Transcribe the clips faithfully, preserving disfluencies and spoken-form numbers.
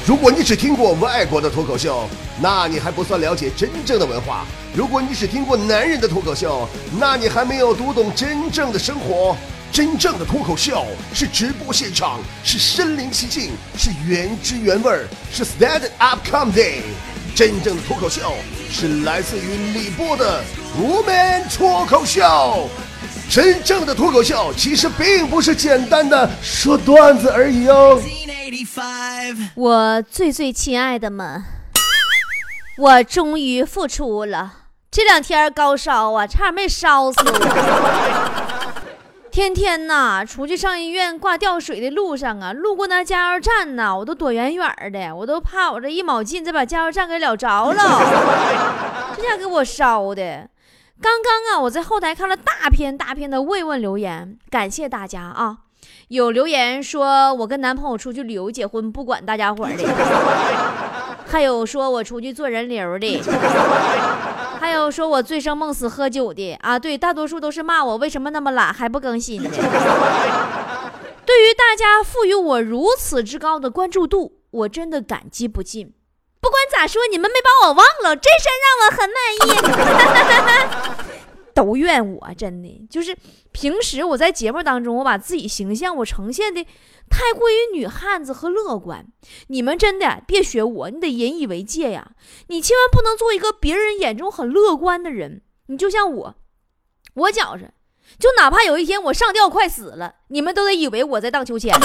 如果你只听过外国的脱口秀，那你还不算了解真正的文化；如果你只听过男人的脱口秀，那你还没有读懂真正的生活。真正的脱口秀是直播现场，是身临其境，是原汁原味，是 stand up comedy。真正的脱口秀是来自于李波的无门脱口秀。真正的脱口秀其实并不是简单的说段子而已哦。 我最最亲爱的们，我终于复出了。这两天高烧啊，差点没烧死我。天天呐，出去上医院挂吊水的路上啊，路过那加油站呐，我都躲远远的，我都怕我这一卯劲再把加油站给燎着了。这下给我烧的。刚刚啊，我在后台看了大篇大篇的慰问留言，感谢大家啊。有留言说我跟男朋友出去旅游结婚，不管大家伙的，还有说我出去做人流的，还有说我醉生梦死喝酒的啊，对，大多数都是骂我为什么那么懒还不更新的。对于大家赋予我如此之高的关注度，我真的感激不尽。不管咋说，你们没把我忘了，这事让我很满意。都怨我，真的就是平时我在节目当中，我把自己形象我呈现的太过于女汉子和乐观，你们真的别学我，你得引以为戒呀！你千万不能做一个别人眼中很乐观的人。你就像我，我觉着，就哪怕有一天我上吊快死了，你们都得以为我在荡秋千。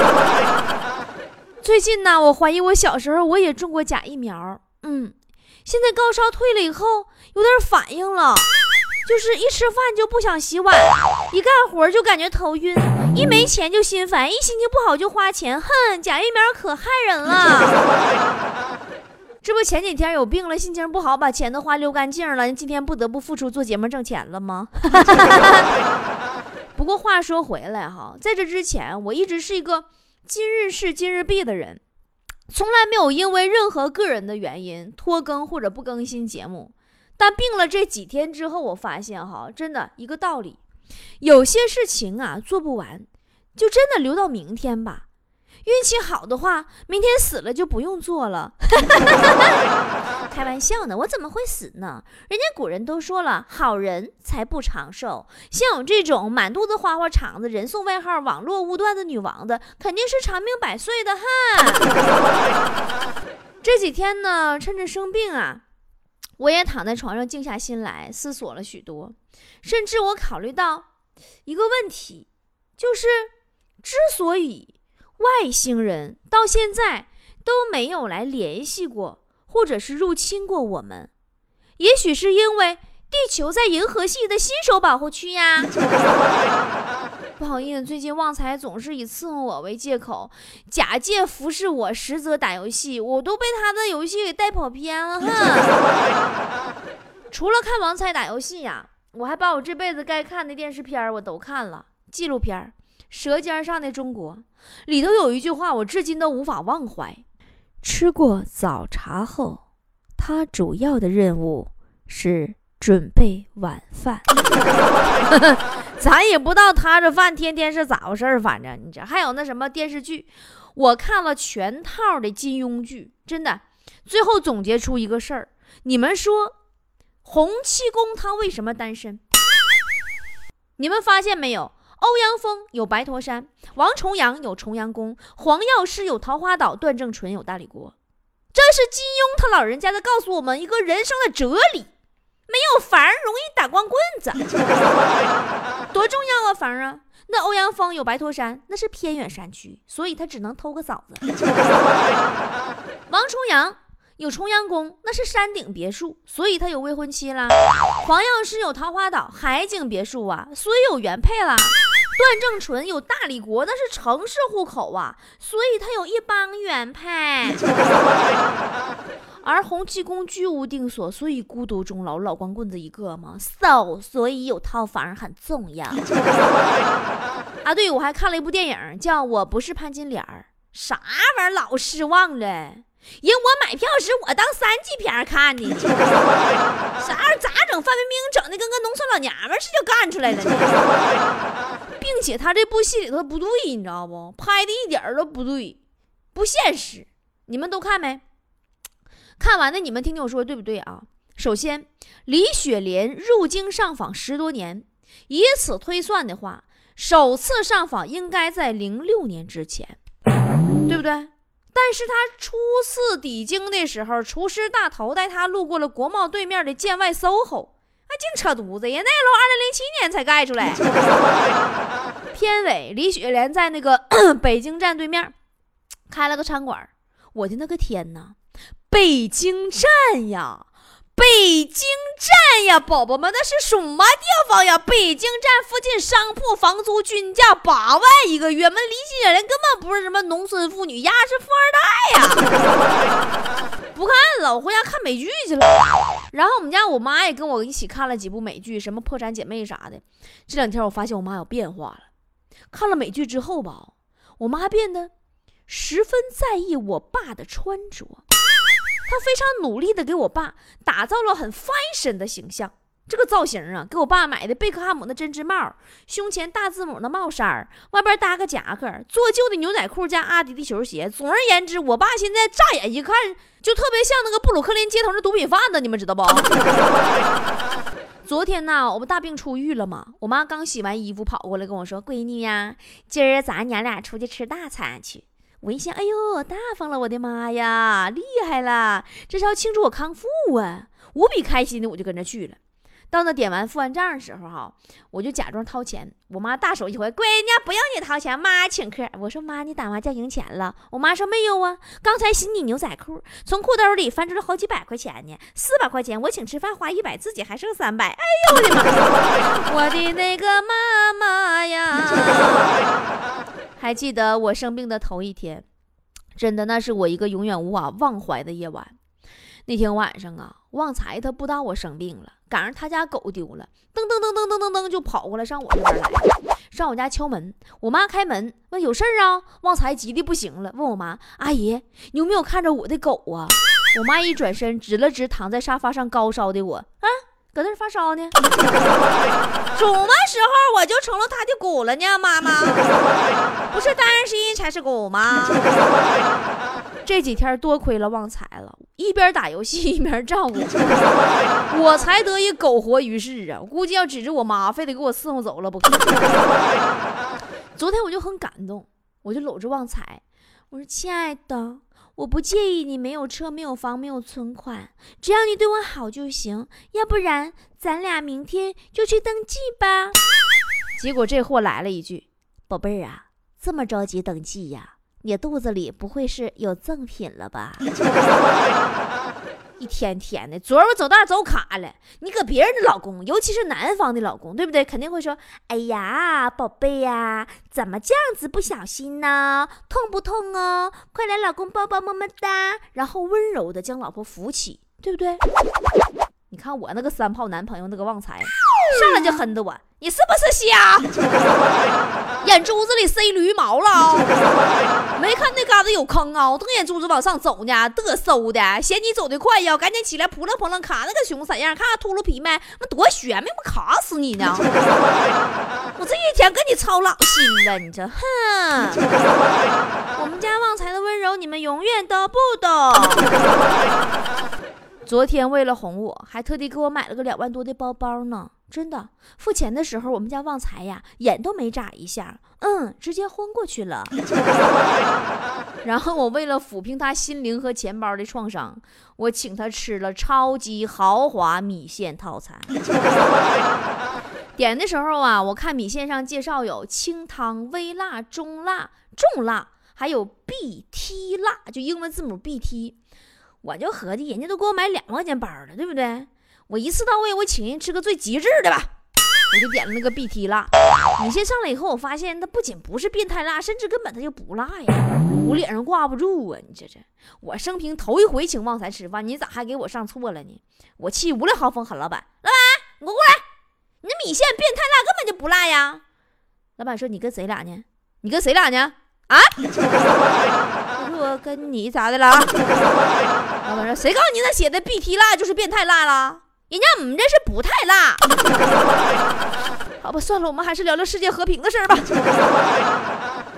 最近呢，我怀疑我小时候我也中过假疫苗，嗯，现在高烧退了以后有点反应了。就是一吃饭就不想洗碗，一干活就感觉头晕，一没钱就心烦，一心情不好就花钱，哼，假疫苗可害人了。这不前几天有病了，心情不好，把钱都花溜干净了，今天不得不复出做节目挣钱了吗？不过话说回来哈，在这之前我一直是一个今日事今日毕的人，从来没有因为任何个人的原因拖更或者不更新节目。但病了这几天之后，我发现哈，真的一个道理，有些事情啊做不完，就真的留到明天吧。运气好的话，明天死了就不用做了。开玩笑呢，我怎么会死呢？人家古人都说了，好人才不长寿。像我这种满肚子花花肠子，人送外号网络污段的女王的，肯定是长命百岁的哈。这几天呢，趁着生病啊，我也躺在床上静下心来思索了许多，甚至我考虑到一个问题，就是之所以外星人到现在都没有来联系过或者是入侵过我们，也许是因为地球在银河系的新手保护区呀。不好意思，最近旺财总是以伺候我为借口，假借服侍我，实则打游戏，我都被他的游戏给带跑偏了哈。除了看旺财打游戏呀、啊，我还把我这辈子该看的电视片我都看了。纪录片《舌尖上的中国》里头有一句话，我至今都无法忘怀：吃过早茶后，他主要的任务是准备晚饭。咱也不知道他这饭天天是咋回事，反正你这还有那什么电视剧，我看了全套的金庸剧，真的，最后总结出一个事儿，你们说洪七公他为什么单身？你们发现没有？欧阳锋有白驼山，王重阳有重阳宫，黄药师有桃花岛，段正淳有大理国。这是金庸他老人家在告诉我们一个人生的哲理，没有房容易打光棍子。多重要啊房啊！那欧阳锋有白驼山，那是偏远山区，所以他只能偷个嫂子。王重阳有重阳宫，那是山顶别墅，所以他有未婚妻啦。黄药师有桃花岛海景别墅啊，所以有原配啦。段正淳有大理国，那是城市户口啊，所以他有一帮原配。而洪七公居无定所，所以孤独终老，老光棍子一个嘛。So， 所以有套房很重要。啊，对，我还看了一部电影，叫《我不是潘金莲》，啥玩意儿老失望了。人我买票时我当三级片看的，啥咋整？范冰冰整的跟个农村老娘们似的干出来了呢。并且他这部戏里头不对，你知道不？拍的一点都不对，不现实。 你们都看没？看完的你们听听我说对不对啊？首先，李雪莲入京上访十多年，以此推算的话，首次上访应该在零六年之前，对不对？但是他初次抵京的时候，厨师大头带他路过了国贸对面的建外 S O H O， 还净扯犊子，人那楼二零零七年才盖出来。片尾李雪莲在那个北京站对面开了个餐馆，我的那个天哪，北京站呀！北京站呀，宝宝们，那是什么地方呀？北京站附近商铺房租均价八万一个月，们李雪莲根本不是什么农村妇女呀，是富二代呀！不看了，我回家看美剧去了。然后我们家我妈也跟我一起看了几部美剧，什么破产姐妹啥的。这两天我发现我妈有变化了，看了美剧之后吧，我妈变得十分在意我爸的穿着。他非常努力的给我爸打造了很 fashion 的形象，这个造型啊，给我爸买的贝克汉姆的针织帽，胸前大字母的帽衫，外边搭个夹克，做旧的牛仔裤加阿迪的球鞋。总而言之，我爸现在乍眼一看就特别像那个布鲁克林街头的毒品贩子，你们知道不？昨天呢，我不大病初愈了吗？我妈刚洗完衣服跑过来跟我说：“闺女呀，今儿咱娘俩出去吃大餐去。”我一想，哎呦，大方了，我的妈呀，厉害了，这是要庆祝我康复啊！无比开心的，我就跟着去了。到那点完付完账的时候哈，我就假装掏钱，我妈大手一挥：“闺女，不用你掏钱，妈请客。”我说：“妈，你打麻将赢钱了？”我妈说：“没有啊，刚才洗你牛仔裤，从裤兜里翻出了好几百块钱呢，四百块钱我请吃饭花一百，自己还剩三百。”哎呦我的妈！我的那个妈妈呀！还记得我生病的头一天，真的那是我一个永远无法忘怀的夜晚。那天晚上啊，旺财他不知道我生病了，赶上他家狗丢了，噔噔噔噔噔噔噔就跑过来上我这边来，上我家敲门。我妈开门问有事儿啊，旺财急的不行了，问我妈：“阿姨，你有没有看着我的狗啊？”我妈一转身指了指躺在沙发上高烧的我，啊，搁那发烧呢。什么时候我就成了他的狗了呢？妈妈，不是单身才是狗吗？这几天多亏了旺财了，一边打游戏一边照顾我，我才得以苟活于世啊！我估计要指着我妈，非得给我伺候走了不可。昨天我就很感动，我就搂着旺财，我说：“亲爱的，我不介意你没有车、没有房、没有存款，只要你对我好就行。要不然，咱俩明天就去登记吧。”结果这货来了一句：“宝贝儿啊，这么着急登记呀？你肚子里不会是有赠品了吧？”一天天的，昨儿我走道走卡了，你搁别人的老公，尤其是南方的老公，对不对？肯定会说：“哎呀，宝贝呀，怎么这样子不小心呢？痛不痛哦？快来老公抱抱，么么哒。”然后温柔的将老婆扶起，对不对？你看我那个三炮男朋友那个旺财，上来就哼着我：“你是不是瞎？眼珠子里塞驴毛了？没看那嘎子有坑啊？我瞪眼珠子往上走呢，嘚嗖的，嫌你走得快呀，赶紧起来扑棱扑棱卡那个熊色样，看看秃噜皮没？那多悬，没不卡死你呢？我这一天跟你操老心了，你这哼！我们家旺财的温柔，你们永远都不懂。昨天为了哄我，还特地给我买了个两万多的包包呢。真的，付钱的时候，我们家旺财呀，眼都没眨一下，嗯，直接昏过去了。然后我为了抚平他心灵和钱包的创伤，我请他吃了超级豪华米线套餐。点的时候啊，我看米线上介绍有清汤、微辣、中辣、重辣，还有 B T 辣，就英文字母 B T。我就合计人家都给我买两万块钱包了，对不对？我一次到位，我请人吃个最极致的吧。我就点了那个 B T 辣。米线上来以后，我发现它不仅不是变态辣，甚至根本它就不辣呀，我脸上挂不住啊！你这这，我生平头一回请旺财吃饭，你咋还给我上错了呢？我气无了豪风喊老板：“老板，你给我过来！你的米线变态辣，根本就不辣呀！”老板说：“你跟谁俩呢？你跟谁俩呢？啊？”我跟你咋的了？老板说：“谁告诉你那写的 B T 辣就是变态辣了？人家我们这是不太辣。”好吧，算了，我们还是聊聊世界和平的事儿吧。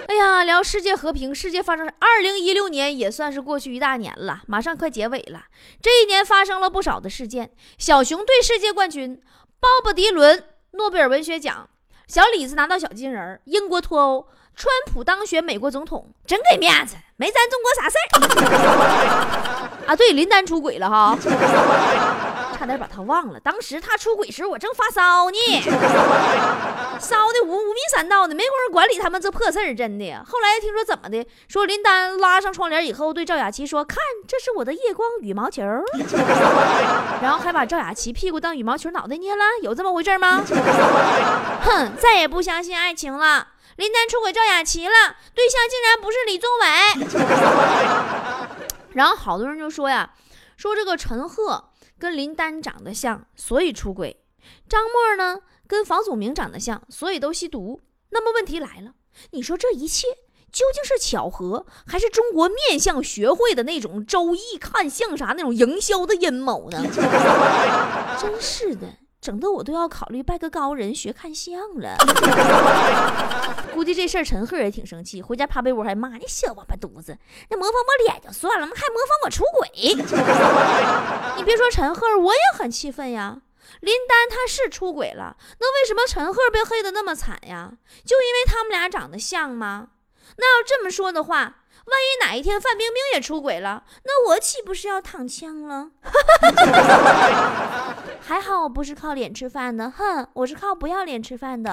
哎呀，聊世界和平，世界发生二零一六年也算是过去一大年了，马上快结尾了。这一年发生了不少的事件，小熊队世界冠军，鲍勃迪伦诺贝尔文学奖，小李子拿到小金人，英国脱欧，川普当选美国总统，真给面子，没咱中国啥事儿啊。对，林丹出轨了哈，差点把他忘了。当时他出轨时我正发烧呢，烧的五五迷三道的，没工夫管理他们这破事儿，真的。后来听说怎么的，说林丹拉上窗帘以后对赵雅琪说，看这是我的夜光羽毛球，然后还把赵雅琪屁股当羽毛球脑袋捏了，有这么回事吗？哼，再也不相信爱情了。林丹出轨赵雅琪了，对象竟然不是李宗伟。然后好多人就说呀，说这个陈赫跟林丹长得像，所以出轨；张默呢跟房祖名长得像，所以都吸毒。那么问题来了，你说这一切究竟是巧合，还是中国面相学会的那种周易看相啥那种营销的阴谋呢？真是的，整得我都要考虑拜个高人学看相了。估计这事儿陈赫也挺生气，回家趴被窝还骂你小王八犊子，那模仿我脸就算了，还模仿我出轨。你别说陈赫，我也很气愤呀。林丹他是出轨了，那为什么陈赫被黑得那么惨呀？就因为他们俩长得像吗？那要这么说的话，万一哪一天范冰冰也出轨了，那我岂不是要躺枪了？还好我不是靠脸吃饭的，哼，我是靠不要脸吃饭的。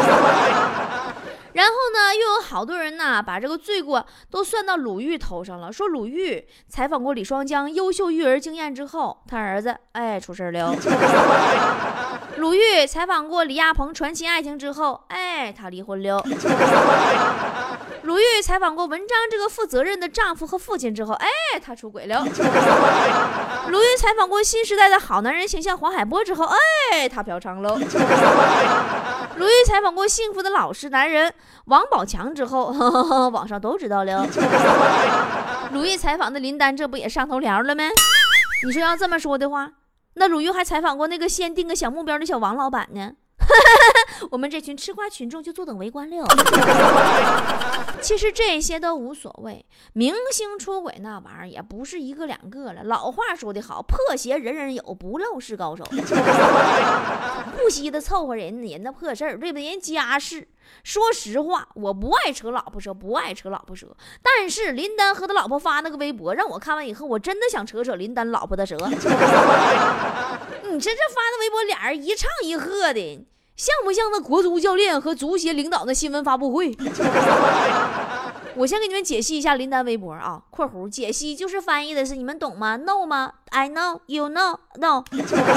然后呢，又有好多人呢把这个罪过都算到鲁豫头上了，说鲁豫采访过李双江优秀育儿经验之后，他儿子哎出事了。鲁豫采访过李亚鹏传奇爱情之后，哎他离婚了。鲁豫采访过文章这个负责任的丈夫和父亲之后，哎他出轨了。鲁豫采访过新时代的好男人形象黄海波之后，哎他嫖娼了。鲁豫采访过幸福的老实男人王宝强之后，呵呵呵网上都知道了。鲁豫采访的林丹这不也上头条了吗？你说要这么说的话，那鲁豫还采访过那个先定个小目标的小王老板呢。我们这群吃瓜群众就坐等围观了。其实这些都无所谓，明星出轨那玩意儿也不是一个两个了。老话说得好，破鞋人人有，不露是高手。不惜的凑合人人的破事儿，对不对？人家事。说实话，我不爱扯老婆舌，不爱扯老婆舌。但是林丹和他老婆发那个微博，让我看完以后，我真的想扯扯林丹老婆的舌。你这这发的微博，俩人一唱一和的，像不像那国足教练和足协领导的新闻发布会？我先给你们解析一下林丹微博啊，括弧解析就是翻译的是你们懂吗 ？No 吗 ？I know, you know, no 。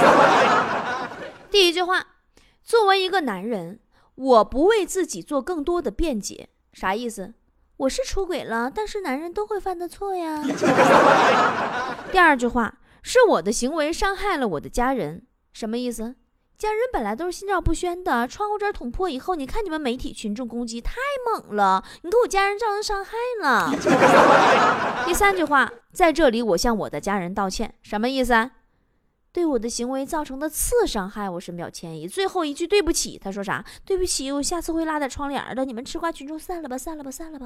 第一句话，作为一个男人，我不为自己做更多的辩解，啥意思？我是出轨了，但是男人都会犯的错呀。第二句话，是我的行为伤害了我的家人，什么意思？家人本来都是心照不宣的，窗户纸捅破以后，你看你们媒体群众攻击太猛了，你给我家人造成伤害了。第三句话，在这里我向我的家人道歉，什么意思啊？对我的行为造成的次伤害，我深表歉意。最后一句对不起，他说啥？对不起，我下次会拉点窗帘的。你们吃瓜群众散了吧，散了吧，散了吧。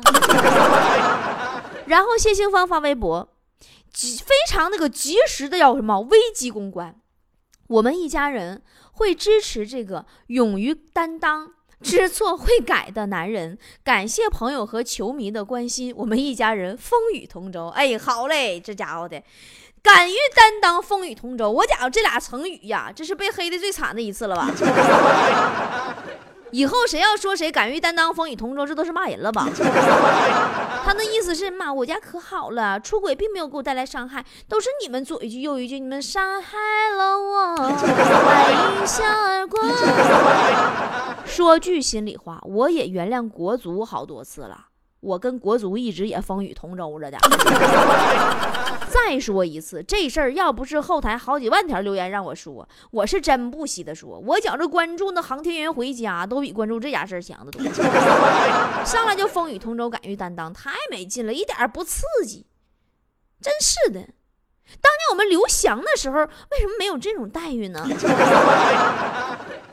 然后谢杏芳发微博，非常那个及时的要什么危机公关。我们一家人会支持这个勇于担当、知错会改的男人，感谢朋友和球迷的关心，我们一家人风雨同舟。哎，好嘞，这家伙的敢于担当，风雨同舟，我讲这俩成语呀，这是被黑的最惨的一次了吧？以后谁要说谁敢于担当，风雨同舟，这都是骂人了吧？他的意思是骂我家可好了，出轨并没有给我带来伤害，都是你们左一句右一句，你们伤害了我，爱一笑而过。说句心里话，我也原谅国足好多次了，我跟国足一直也风雨同舟着的。再说一次，这事儿要不是后台好几万条留言让我说，我是真不稀得说。我觉着关注那航天员回家都比关注这家事儿强得多。上来就风雨同舟，敢于担当，太没劲了，一点不刺激。真是的，当年我们刘翔的时候，为什么没有这种待遇呢？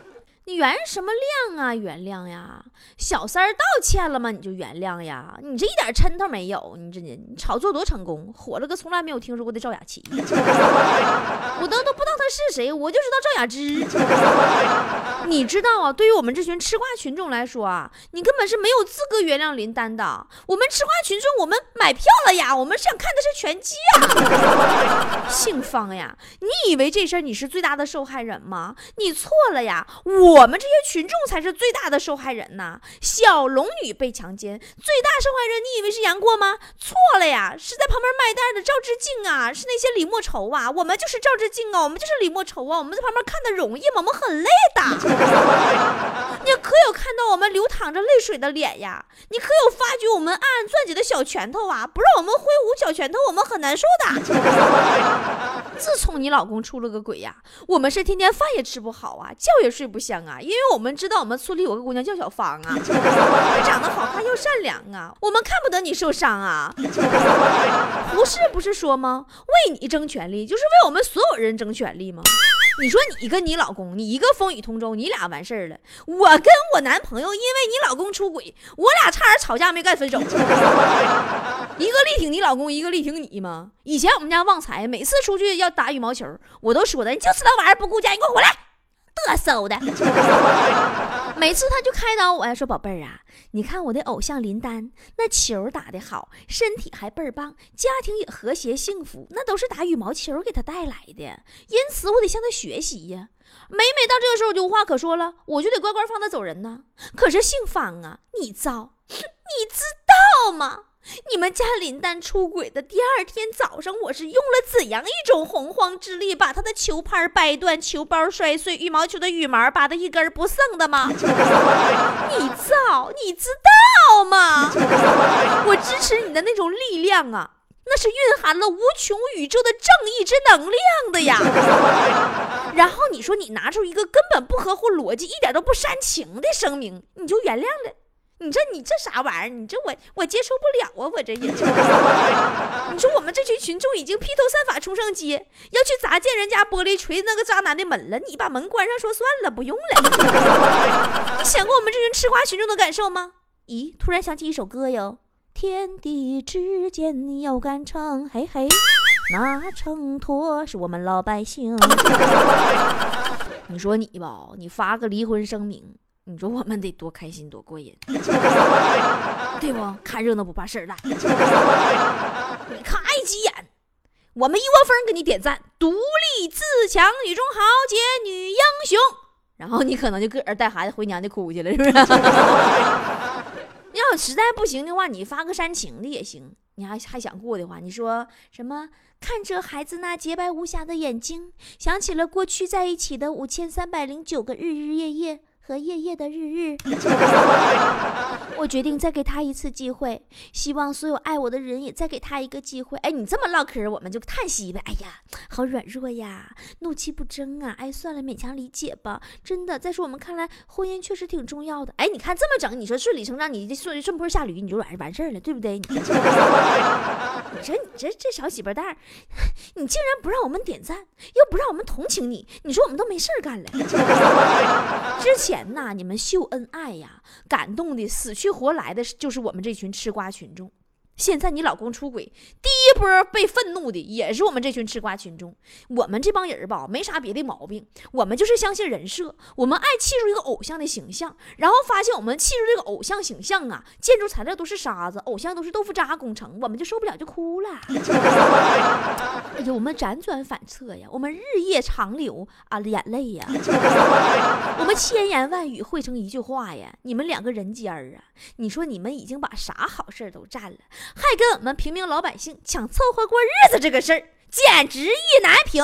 你原什么谅啊？原谅呀？小三儿道歉了吗？你就原谅呀？你这一点抻头没有，你这你炒作多成功，火了个从来没有听说过的赵雅琪，我都都不知道他是谁，我就知道赵雅芝。你知道啊？对于我们这群吃瓜群众来说啊，你根本是没有资格原谅林丹的。我们吃瓜群众，我们买票了呀，我们想看的是拳击啊。姓方呀，你以为这事儿你是最大的受害人吗？你错了呀，我们这些群众才是最大的受害人呐！小龙女被强奸，最大受害人你以为是杨过吗？错了呀，是在旁边卖单的赵志敬啊，是那些李莫愁啊，我们就是赵志敬啊，我们就是李莫愁啊，我们在旁边看的容易吗？我们很累的。你可有看到我们流淌着泪水的脸呀？你可有发觉我们暗暗攥紧的小拳头啊？不让我们挥舞小拳头，我们很难受的。自从你老公出了个轨呀，我们是天天饭也吃不好啊，觉也睡不香啊，因为我们知道我们村里有个姑娘叫小芳啊，她长得好看又善良啊，我们看不得你受伤啊。胡适不是说吗？为你争权利，就是为我们所有人争权利吗？你说你跟你老公，你一个风雨同舟，你俩完事儿了。我跟我男朋友因为你老公出轨，我俩差点吵架没干分手。一个力挺你老公，一个力挺你吗？以前我们家旺财每次出去要打羽毛球，我都说的，你就知道玩意儿不顾家，你给我回来，嘚瑟的。每次他就开导我呀，说宝贝儿啊，你看我的偶像林丹，那球打得好，身体还倍儿棒，家庭也和谐幸福，那都是打羽毛球给他带来的，因此我得向他学习呀。每每到这个时候我就无话可说了，我就得乖乖放他走人呢。可是姓方啊，你糟，你知道吗？你们家林丹出轨的第二天早上，我是用了怎样一种洪荒之力，把他的球拍掰断，球包摔碎，羽毛球的羽毛拔得一根不剩的吗？你造，你知道吗？我支持你的那种力量啊，那是蕴含了无穷宇宙的正义之能量的呀。然后你说你拿出一个根本不合乎逻辑，一点都不煽情的声明，你就原谅了？你这你这啥玩意儿？你这我我接受不了啊！我这也，你说我们这群群众已经披头散发冲上街，要去砸建人家玻璃锤那个渣男的门了，你把门关上说算了，不用了。你想过我们这群吃瓜群众的感受吗？咦，突然想起一首歌哟，天地之间有杆秤，嘿嘿，那秤砣是我们老百姓。你说你吧，你发个离婚声明。你说我们得多开心多过瘾，对不？看热闹不怕事儿大。你看爱急眼，我们一窝蜂给你点赞，独立自强，女中豪杰，女英雄。然后你可能就个人带孩子回娘家哭去了，是不是？要实在不行的话，你发个煽情的也行。你还还想过的话，你说什么？看着孩子那洁白无瑕的眼睛，想起了过去在一起的五千三百零九个日日夜夜。和夜夜的日日，我决定再给他一次机会，希望所有爱我的人也再给他一个机会。哎，你这么唠嗑，我们就叹息呗。哎呀，好软弱呀，怒气不争啊。哎，算了，勉强理解吧。真的，再说我们看来，婚姻确实挺重要的。哎，你看这么整，你说顺理成章，你顺顺坡下驴，你就完完事儿了，对不对？你说你这这小媳妇蛋儿，你竟然不让我们点赞，又不让我们同情你，你说我们都没事儿干了。之前呐，你们秀恩爱呀，感动的死去活来的就是我们这群吃瓜群众。现在你老公出轨，第一波被愤怒的也是我们这群吃瓜群众。我们这帮人吧，没啥别的毛病，我们就是相信人设，我们爱砌出一个偶像的形象，然后发现我们砌出这个偶像形象啊，建筑材料都是沙子，偶像都是豆腐渣工程，我们就受不了就哭了。哎呀，我们辗转反侧呀，我们日夜长流啊眼泪呀，我们千言万语汇成一句话呀，你们两个人尖儿啊，你说你们已经把啥好事都占了，还跟我们平民老百姓抢凑合过日子这个事儿，简直意难平。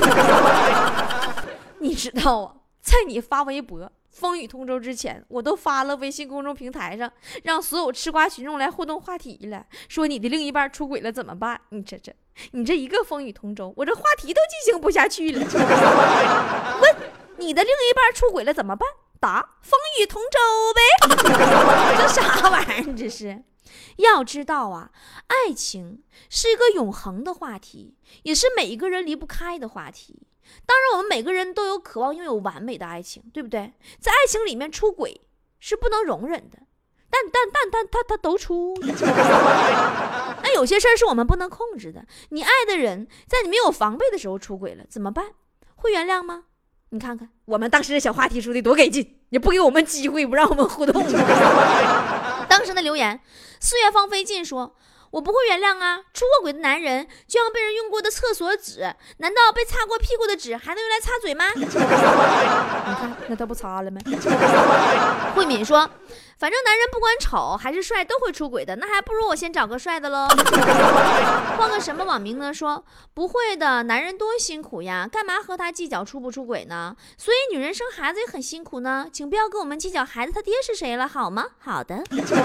你知道啊，在你发微博风雨同舟之前，我都发了微信公众平台上，让所有吃瓜群众来互动话题了，说你的另一半出轨了怎么办？你这这你这一个风雨同舟，我这话题都进行不下去了。问你的另一半出轨了怎么办？答：风雨同舟呗。这啥玩意儿？这是要知道啊，爱情是一个永恒的话题，也是每一个人离不开的话题。 当然我们每个人都有渴望拥有完美的爱情，对不对？在爱情里面出轨是不能容忍的，但但但但他他都出。那有些事儿是我们不能控制的，你爱的人在你没有防备的时候出轨了怎么办？会原谅吗？你看看我们当时的小话题说的多给劲，也不给我们机会，不让我们互动。当时的留言，四月芳菲尽说，我不会原谅啊！出过轨的男人就像被人用过的厕所纸，难道被擦过屁股的纸还能用来擦嘴吗？你看，那他不擦了吗？慧敏说，反正男人不管丑还是帅都会出轨的，那还不如我先找个帅的喽。换个什么网名呢？说不会的，男人多辛苦呀，干嘛和他计较出不出轨呢？所以女人生孩子也很辛苦呢，请不要跟我们计较孩子他爹是谁了，好吗？好的。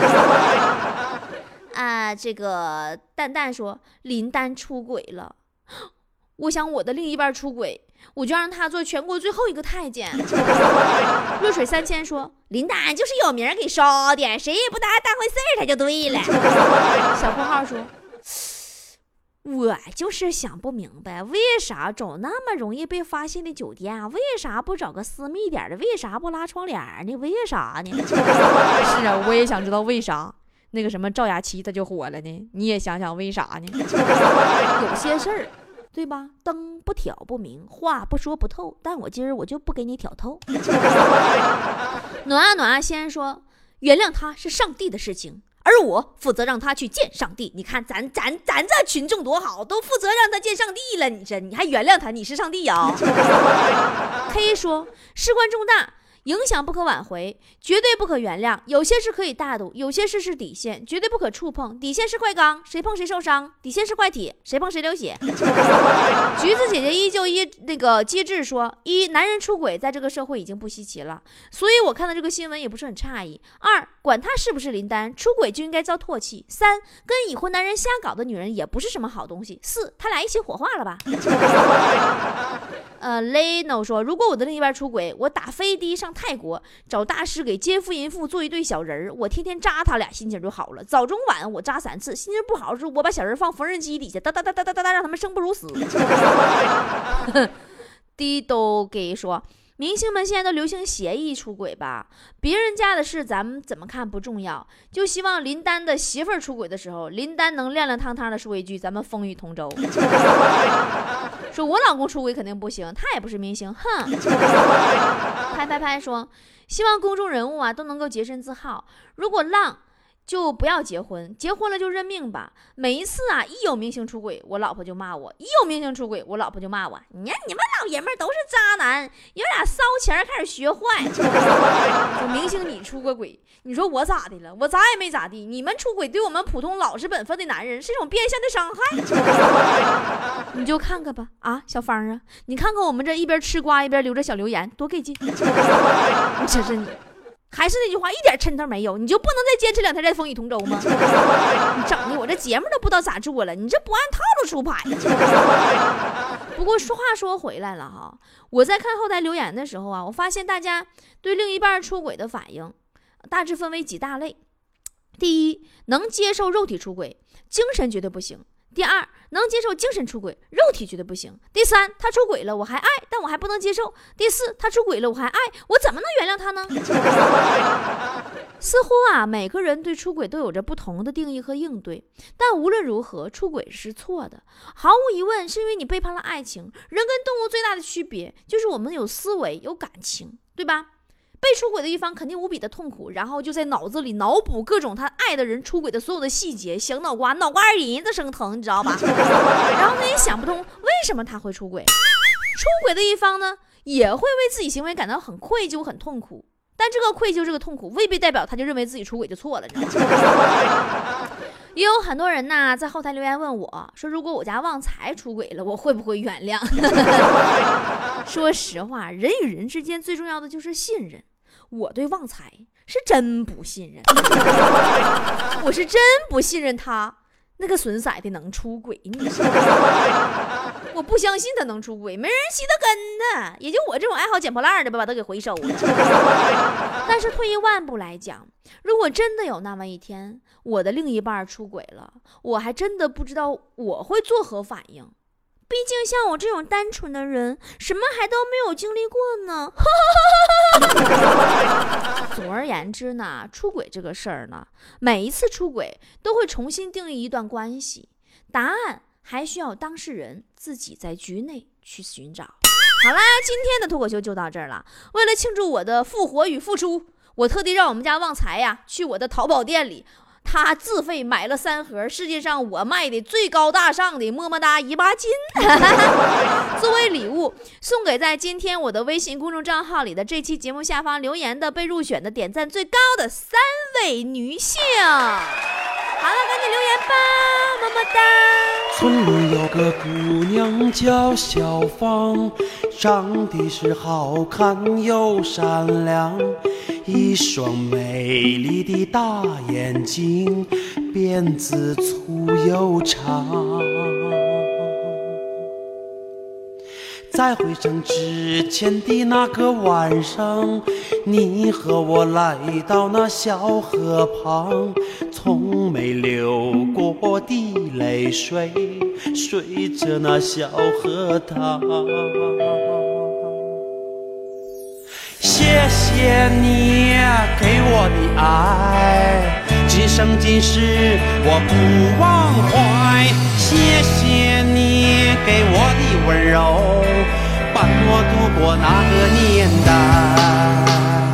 啊，这个蛋蛋说林丹出轨了，我想我的另一半出轨，我就让他做全国最后一个太监。落水三千说林丹就是有名给烧的，谁也不拿当回事儿，他就对了。小括号说，我就是想不明白，为啥找那么容易被发现的酒店，为啥不找个私密点的，为啥不拉窗帘呢？为啥呢？是啊，我也想知道为啥那个什么赵雅琪他就火了呢？你也想想为啥呢？有些事儿，对吧？灯不挑不明，话不说不透，但我今儿我就不给你挑透。暖啊暖啊先生说，原谅他是上帝的事情，而我负责让他去见上帝。你看咱咱咱这群众多好，都负责让他见上帝了，你这你还原谅他？你是上帝呀、哦、？K 说，事关重大，影响不可挽回，绝对不可原谅。有些事可以大度，有些事是底线，绝对不可触碰。底线是块钢，谁碰谁受伤；底线是块铁，谁碰谁流血。橘子姐姐依旧一那个机智说：一，男人出轨在这个社会已经不稀奇了，所以我看到这个新闻也不是很诧异。二，管他是不是林丹，出轨就应该遭唾弃。三，跟已婚男人瞎搞的女人也不是什么好东西。四，他俩一起火化了吧？呃 Leno 说，如果我的另一半出轨，我打飞的上泰国找大师给奸夫淫妇做一对小人儿，我天天扎他俩，心情就好了。早中晚我扎三次，心情不好时我把小人放缝纫机底下，哒哒哒哒哒哒哒，让他们生不如死。滴都给说，明星们现在都流行协议出轨吧，别人家的事咱们怎么看不重要，就希望林丹的媳妇儿出轨的时候，林丹能亮亮堂堂的说一句咱们风雨同舟。说我老公出轨肯定不行，他也不是明星，哼。拍拍拍说，希望公众人物啊都能够洁身自好，如果浪就不要结婚，结婚了就认命吧。每一次啊，一有明星出轨，我老婆就骂我；一有明星出轨，我老婆就骂我。你看你们老爷们儿都是渣男，有俩烧钱开始学坏。说明星你出个轨，你说我咋的了？我咋也没咋地。你们出轨对我们普通老实本分的男人是一种变相的伤害。你就看看吧，啊，小芳啊，你看看我们这一边吃瓜一边留着小留言，多给劲！你这是你。还是那句话，一点抻头没有，你就不能再坚持两天再风雨同舟吗？你整的我这节目都不知道咋做了，你这不按套路出牌。不过说话说回来了哈，我在看后台留言的时候啊，我发现大家对另一半出轨的反应大致分为几大类。第一，能接受肉体出轨，精神绝对不行。第二，能接受精神出轨，肉体绝对不行。第三，他出轨了我还爱，但我还不能接受。第四，他出轨了我还爱，我怎么能原谅他呢？似乎啊，每个人对出轨都有着不同的定义和应对，但无论如何，出轨是错的，毫无疑问是因为你背叛了爱情。人跟动物最大的区别就是我们有思维有感情，对吧？被出轨的一方肯定无比的痛苦，然后就在脑子里脑补各种他爱的人出轨的所有的细节，小脑瓜脑瓜仁子生疼，你知道吧？然后他也想不通为什么他会出轨。出轨的一方呢，也会为自己行为感到很愧疚很痛苦，但这个愧疚这个痛苦未必代表他就认为自己出轨就错了，你知道吗？也有很多人呐在后台留言问我说，如果我家旺财出轨了，我会不会原谅？说实话，人与人之间最重要的就是信任。我对旺财是真不信任，我是真不信任他那个损色的能出轨，你说我不相信他能出轨，没人稀得跟的，也就我这种爱好捡破烂的吧，把他给回收了。但是退一万步来讲，如果真的有那么一天我的另一半出轨了，我还真的不知道我会作何反应。 毕竟像我这种单纯的人，什么还都没有经历过呢。总而言之呢，出轨这个事儿呢，每一次出轨都会重新定义一段关系，答案还需要当事人自己在局内去寻找。好啦，今天的脱口秀就到这儿了。为了庆祝我的复活与复出，我特地让我们家旺财呀去我的淘宝店里，他自费买了三盒世界上我卖的最高大上的么么哒姨妈巾作为礼物送给在今天我的微信公众账号里的这期节目下方留言的被入选的点赞最高的三位女性。好了，赶紧留言吧，么么哒。 村里有个姑娘叫小芳，长得是好看又善良，一双美丽的大眼睛，辫子粗又长。在回城之前的那个晚上，你和我来到那小河旁，从没流过的泪水随着那小河淌。谢谢你给我的爱，今生今世我不忘怀。谢谢你给我的温柔，伴我度过那个年代。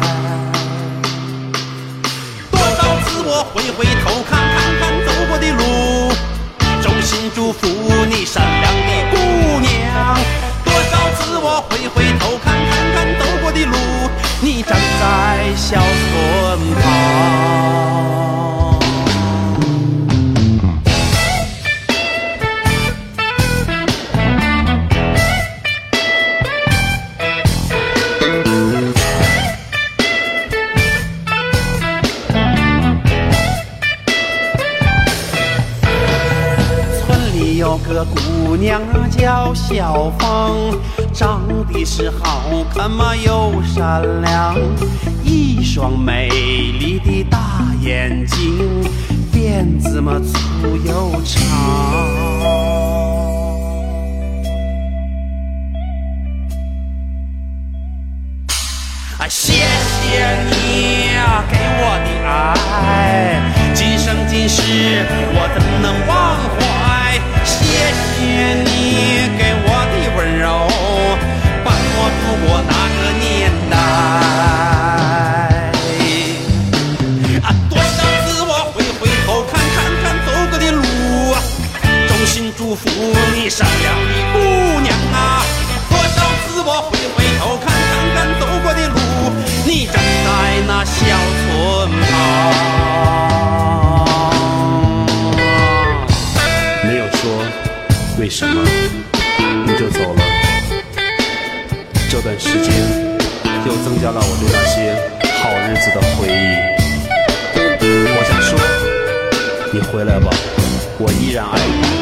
多少次我回回头看看看走过的路，衷心祝福你善良的姑娘。多少次我回回头看看看走过的路，你站在小村旁。有个姑娘叫小芳，长得是好看嘛又善良，一双美丽的大眼睛，辫子嘛粗又长。啊，谢谢你给我的爱，今生今世我怎能忘怀？谢谢你给我的温柔，伴我度过那个年代。啊，多少次我回回头看看看走过的路，衷心祝福你善良的姑娘啊。多少次我回回头看看看走过的路，你站在那小村旁。没有说为什么你就走了，这段时间又增加了我对那些好日子的回忆。我想说，你回来吧，我依然爱你。